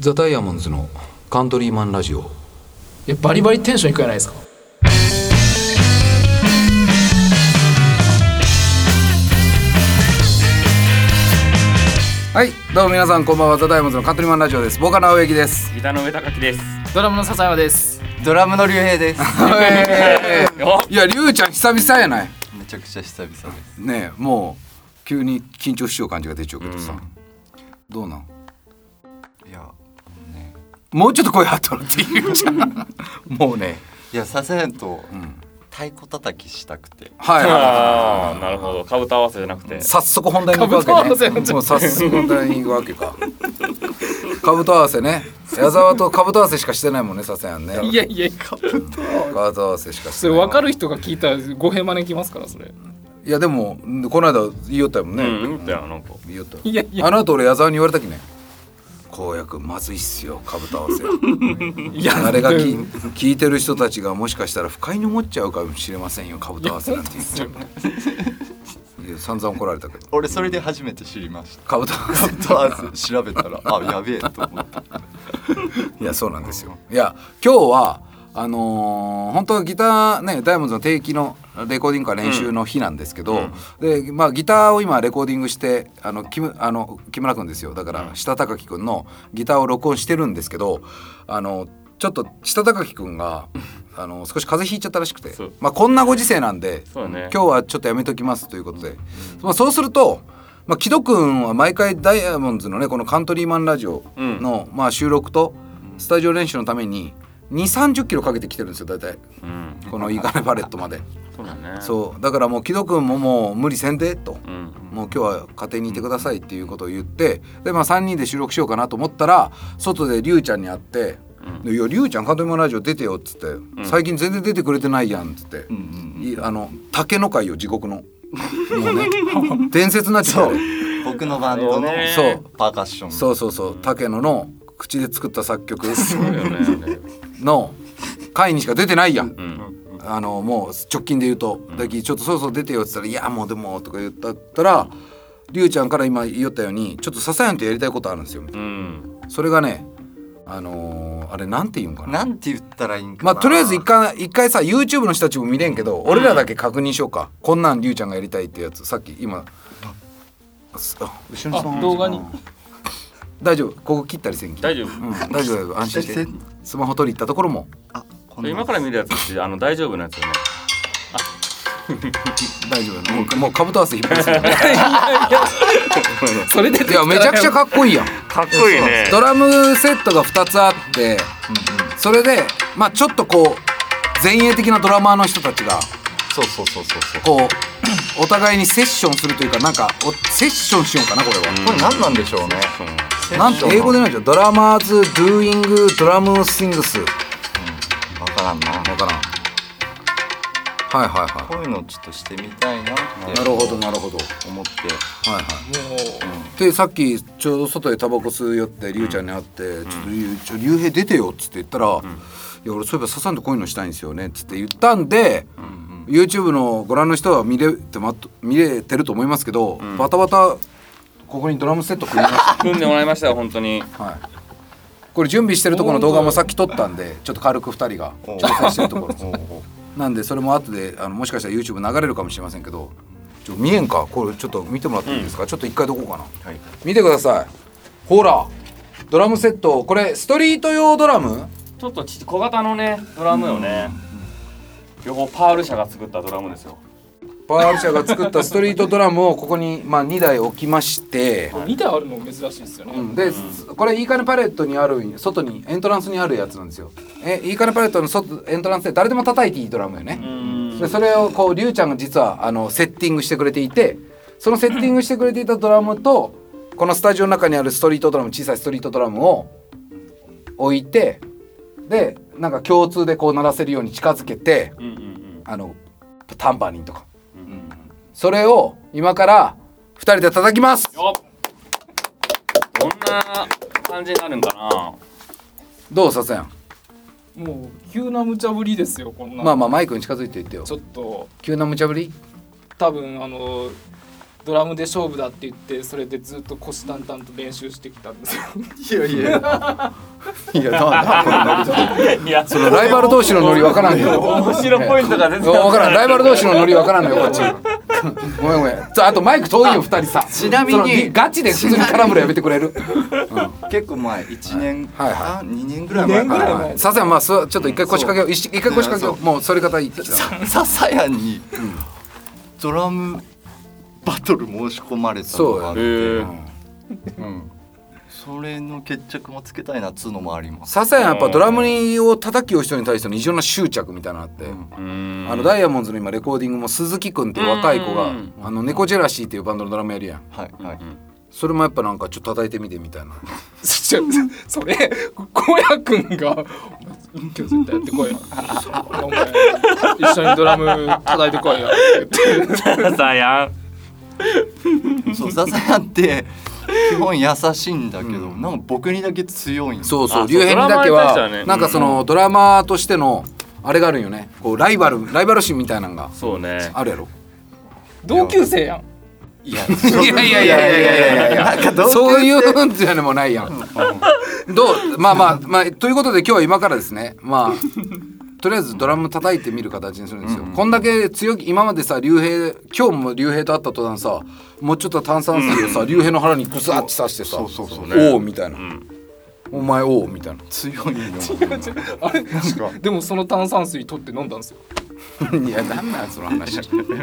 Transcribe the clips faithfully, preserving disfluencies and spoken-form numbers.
ザ・ダイヤモンズのカントリーマンラジオ。 いやバリバリテンションいくじゃないですか。 はい、どうも皆さんこんばんは。ザ・ダイヤモンズのカントリーマンラジオです。ボーカルの青柳です。 ギターの上高木です。 ドラムの笹山です。 ドラムの竜兵です。 いや、竜ちゃん久々やない。 めちゃくちゃ久々ですねえ、もう急に緊張しよう感じが出ちゃうけどさ、うん、どうなん？ いや、ね、 もうちょっと声張ったのって言うじゃんもうね、 いや、させんと、うん、太鼓叩きしたくて。 はいはいはい。なるほど。兜合わせじゃなくて。 早速本題に行くわけね。もう早速本題に行くわけか。兜合わせね。矢沢と兜合わせしかしてないもんね、させんね。 いやいや、兜合わせしかしてない。 それ分かる人が聞いたら語弊真似きますからそれ。 いやでもこの間言いよったよもんね。 うん、言ったよなんか。 言いよった。 いやいや。 あの後俺矢沢に言われたきね。公約まずいっすよ、兜合わせ。いやあれがき聞いてる人たちがもしかしたら不快に思っちゃうかもしれませんよ、兜合わせなんて言っちゃう。いや散々怒られたけど。 俺それで初めて知りました。 兜合わせ。 兜合わせ調べたらあやべえと思った。 いやそうなんですよ。いや今日はあのー、本当はギターねダイヤモンドの定期のレコーディングから練習の日なんですけど、うん、でまあギターを今レコーディングしてあの木あの木村君ですよ。だから下高木君のギターを録音してるんですけど、あのちょっと下高木君があの少し風邪ひいちゃったらしくて、まあこんなご時世なんで、ね、今日はちょっとやめときますということで、うんまあ、そうすると。まあ、木戸君は毎回ダイヤモンドのねこのカントリーマンラジオの、うんまあ、収録とスタジオ練習のためににじゅう、さんじゅっキロかけてきてるんですよ大体、うん、このいいかねパレットまでそうだね。 そうだからもう木戸君ももう無理せんでと、うん、もう今日は家庭にいてくださいっていうことを言ってで、まあ、さんにんで収録しようかなと思ったら外でリュウちゃんに会って「うん、いやリュウちゃんカントリーマンラジオ出てよ」っつって、うん、最近全然出てくれてないやんっつって、うんうんうん、あの竹の会よ地獄のもうね伝説になっちゃう僕のバンドのパーカッションそうそうそう竹野の口で作った作曲の回にしか出てないやん、うん、あのもう直近で言うと、うん、だきちょっとそろそろ出てよって言ったらいやもうでもとか言ったらりゅうちゃんから今言ったようにちょっとささやんとやりたいことあるんですよ、うん、それがねあのー、あれなんて言うんかななんて言ったらいいんかな。 まあとりあえず一回一回さ YouTube の人たちも見れんけど、うん、俺らだけ確認しようか。こんなんりゅうちゃんがやりたいってやつさっき今あ後ろに動画に大丈夫ここ切ったりせんき大丈夫、 うん、大丈夫安心してスマホ取り行ったところもあ今から見るやつってあの大丈夫なやつよね。 大丈夫もうもう兜合わせ引っ張りすぎそれでいやめちゃくちゃかっこいいやん。 かっこいいね。 ドラムセットがふたつあって、うんうん、それでまあちょっとこう前衛的なドラマーの人たちがそうそうそうそうこうお互いにセッションするというかなんかセッションしようかなこれは。 これ何なんでしょうね。 なんて英語でないじゃん。ドラマーズドゥーイングドラムシングス。 わ、うん、からんな。 わからん。はいはいはい。 こういうのちょっとしてみたいなって。 なるほどなるほど思って。はいはい。もう、うん、でさっきちょうど外でタバコ吸い寄ってリュウちゃんに会って、うん、ちょっとリュウヘイ出てよっつって言ったら、うん、いや俺そういえばササンとこういうのしたいんですよねっつって言ったんで。うんYouTube のご覧の人は見れて、ま、見れてると思いますけど、うん、バタバタここにドラムセット組みました組んでもらいましたよ本当に、 はい、これ準備してるところの動画もさっき撮ったんでちょっと軽くふたりが調整してるところなんでそれも後であのもしかしたら YouTube 流れるかもしれませんけどちょ見えんかこれちょっと見てもらっていいですか、うん、ちょっと一回どこうかな、はい、見てくださいほらドラムセットこれストリート用ドラムちょっと小型のねドラムよね、うん両方パール社が作ったドラムですよ。 パール社が作ったストリートドラムをここに、まあ、にだい置きましてにだいあるの珍しいですよね、 うん、で、うん、これいいかねパレットにある外にエントランスにあるやつなんですよ。えいいかねパレットの外エントランスで誰でも叩いていいドラムよね。でそれをこうリュウちゃんが実はあのセッティングしてくれていてそのセッティングしてくれていたドラムとこのスタジオの中にあるストリートドラム小さいストリートドラムを置いてでなんか共通でこう鳴らせるように近づけて、うんうん、あのタンバリンとか、うんうん、それを今からふたりで叩きます。 よっどんな感じになるんかな。 どうさせんもう急な無茶ぶりですよこんな。 まあまあマイクに近づいていってよ。 ちょっと急な無茶ぶり多分あのドラムで勝負だって言ってそれでずっと虎視眈々と練習してきたんですよ。 いやいやいやなんだいやそのライバル同士のノリわからんよ。 面白ポイントが出てわからん、ライバル同士のノリわからんのよこっち。ごめんごめん。ちょあとマイク遠いよ二人さ。 ちなみにそのガチで普通に絡むのやめてくれる。 結構前いちねんはいはあにねんぐらい前にねんぐらい前はい。さすがまあそうちょっと一回腰掛けよう。一一回腰掛けよう。もうそれ方いいってきた。 ささやんにドラムバトル申し込まれたのがあってへーうんそれの決着もつけたいなっつうのもあります。 ささやんやっぱドラムを叩きよう人に対しての異常な執着みたいなのあって。 うんあのダイヤモンドの今レコーディングも鈴木くんっていう若い子がうんあのネコジェラシーっていうバンドのドラムやるやん。 はいはい。 それもやっぱなんかちょっと叩いてみてみたいな。 ちょそれ小屋くんが「今日絶対やってこいよ」お前一緒にドラム叩いてこいよって言ってさやんそうささやんって基本優しいんだけど、なんか僕にだけ強いんです。 そうそうあ竜兵にだけドラマーに対してははねなんかそのドラマーとしてのあれがあるんよね。こうライバルライバル心みたいなのがそうねあるやろ。 同級生やん。 いやいやいやいやいやいやいやいやなんか同級生そういうんじゃねもないやん。どうまあまあまあということで今日は今からですねまあとりあえずドラム叩いてみる形にするんですよ。こんだけ強気今までさ竜兵今日も竜兵と会った途端さもうちょっと炭酸水をさ竜兵の腹にグサッて刺してさそうそうそうおおみたいな、 んお前おおみたいな強いの。 あれなんかでもその炭酸水取って飲んだんですよ。 いやなんなんその話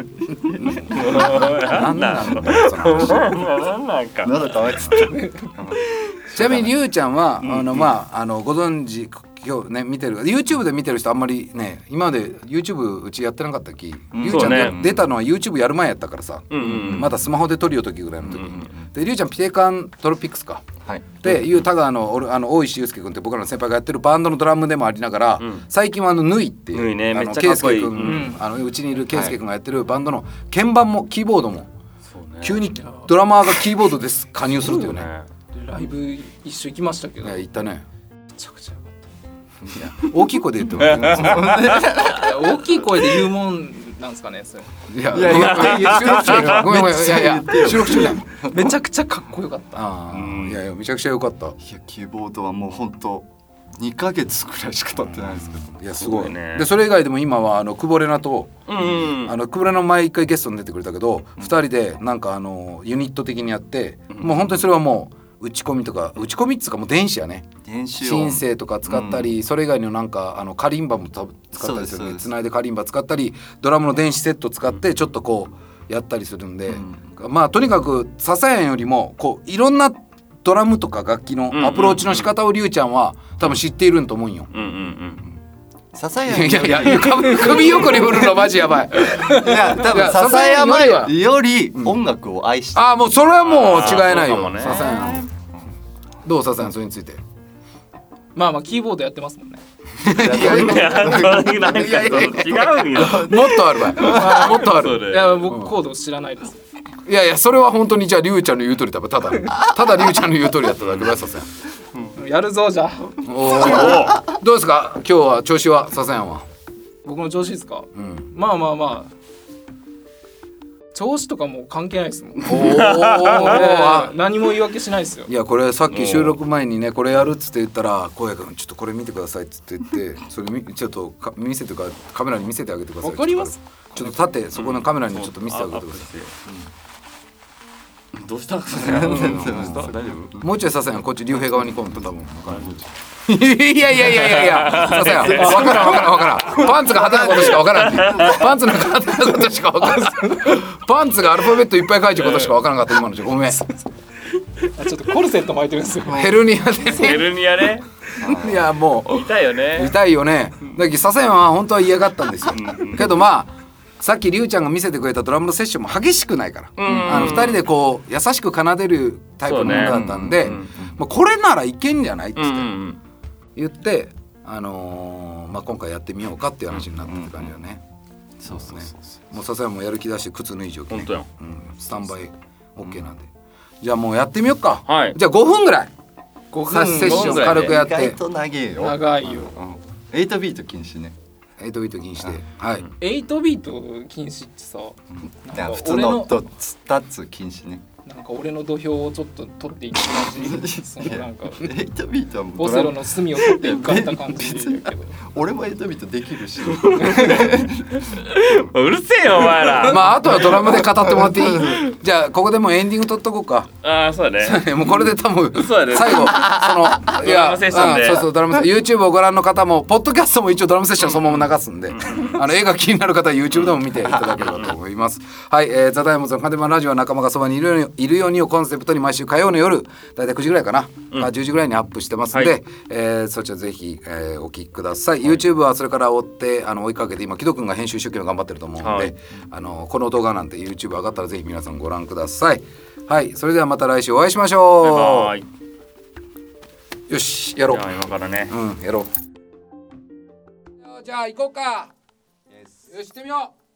なんなんだよその話なんなんか喉乾いてちなみにりゅうちゃんは、あのまああのご存知今日ね見てる YouTube で見てる人あんまりね今まで YouTube うちやってなかったっき、りゅうちゃんそうねで出たのは YouTube やる前やったからさ、 うんうんうんまだスマホで撮るよ時ぐらいの時、でりゅうちゃんピテカントロピックスかはい。 っていう田川の俺あの大石祐介君って僕らの先輩がやってるバンドのドラムでもありながら、 ん最近はあのヌイっていうヌイねあのめっちゃかっこいい圭介君、 うんあのうちにいる圭介君がやってるバンドの鍵盤もキーボードもそうね急にドラマーがキーボードです加入するっていうね。 でライブ一緒行きましたけいどめや言ったね。 ちゃくちゃいや大きい声で言ってもらっていいですか。 いや大きい声で言うもんなんですかねそれ。 いやいやいやいや収録中やごめんごめんいやいや収録中じゃん。 めちゃくちゃかっこよかった。 ああいやいやめちゃくちゃ良かった。 いやキーボードはもう本当にかげつくらいしか経ってないですけど。 いやすごいすごいねでそれ以外でも今はあの久保レナとうんうんあの久保レナ前一回ゲストに出てくれたけどふたりでなんかあのユニット的にやってもう本当にそれはもう打ち込みとか打ち込みっつうかもう電子やね電子シン音セとか使ったり、それ以外のなんかあのカリンバもた使ったりするそうですねつないでカリンバ使ったりドラムの電子セット使ってちょっとこうやったりするんで、まあとにかくササヤンよりもこういろんなドラムとか楽器のアプローチの仕方をリュウちゃんは多分知っているんと思うんよ。 うんうんうんささやいやいやいや首首横に振るのマジやばい。 いや多いや分ささやま笹山よりより音楽を愛してああもうそれはもう違いないよあーそうかもねササヤン。どうササヤンそれについて。 まあまあキーボードやってますもんね。 いやなんかその違うんよもっとあるわい。もっとある。 それいや僕コード知らないです。 いやいやそれは本当にじゃあリュウちゃんの言う通りだただただリュウちゃんの言う通りだっただけだササヤン。 やるぞじゃあ。 おーどうですか今日は調子はササヤンは。 僕の調子ですか。 うん。 まあまあまあ調子とかもう関係ないですもん。 おー何も言い訳しないですよ。 いやこれさっき収録前にねこれやるっつって言ったら小谷君ちょっとこれ見てくださいっつって言ってそれみちょっとか見せてかカメラに見せてあげてください。 わかりますちょっと立ってそこのカメラにちょっと見せてあげてくださどうしたどうした大丈夫い。もうちょいささやんこっち竜兵側に来んと多分いやいやいやいやいやささやんわからんわからんわからんパンツが派手なことしかわからんパンツの派手なことしかわからんパンツがアルファベットいっぱい書いてることしかわからなかった今のじゃごめんあちょっとコルセット巻いてるんですよ。 ヘルニアでヘルニアねいやもう痛いよね痛いよねだけど笹山は本当は嫌がったんですよけどまあさっきりゅうちゃんが見せてくれたドラムのセッションも激しくないからあのふたりでこう優しく奏でるタイプのものだったんで、まあ、これならいけんじゃないっつって言って、あのーまあ、今回やってみようかっていう話になったって感じだね。 そうそうねそうもう笹山もやる気出して靴脱いじゃうけどね本当やうん、スタンバイ OK なんで、じゃあもうやってみようか、 はいじゃあごふんぐらいごふんサッセッション軽くやって意外と長えよ長いよ。 エイトビート禁止ねエイトビート禁止で、はい、 エイトビート禁止ってさ、 いや普通のドスタッツ禁止ね。 なんか俺の土俵をちょっと取っていく感じそのなんかエイトビートはオセロの隅を取っていかれた感じだけど俺もエイトビートできるしうるせえよお前らまああとはドラムで語ってもらっていいじゃあここでもうエンディング取っとこうか。 ああそうだねもうこれで多分そうだね最後そのいやドラムセッションでうんそうそうドラムセッション YouTube をご覧の方もポッドキャストも一応ドラムセッションそのまま流すんであの映画気になる方は YouTube でも見ていただければと思いますはい、えー、ザ・タイムズのカデマラジオは仲間がそばにいるようにいるようにをコンセプトに毎週火曜の夜だいたいくじぐらいかな、うん、あじゅうじぐらいにアップしてますんで、はいえー、そちらぜひ、えー、お聞きください、はい、YouTube はそれから追ってあの追いかけて今木戸くんが編集集計を頑張ってると思うので、はい、あのこの動画なんて YouTube 上がったらぜひ皆さんご覧ください。はいそれではまた来週お会いしましょう。バイバイ。よしやろう。 じゃあ今からねうんやろう。じゃあ行こうか。よし行ってみよう。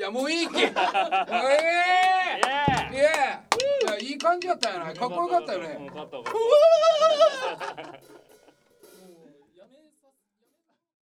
やもういいき。ええ。いやいやいい感じやったよな。かっこよかったよね。 うん勝った勝った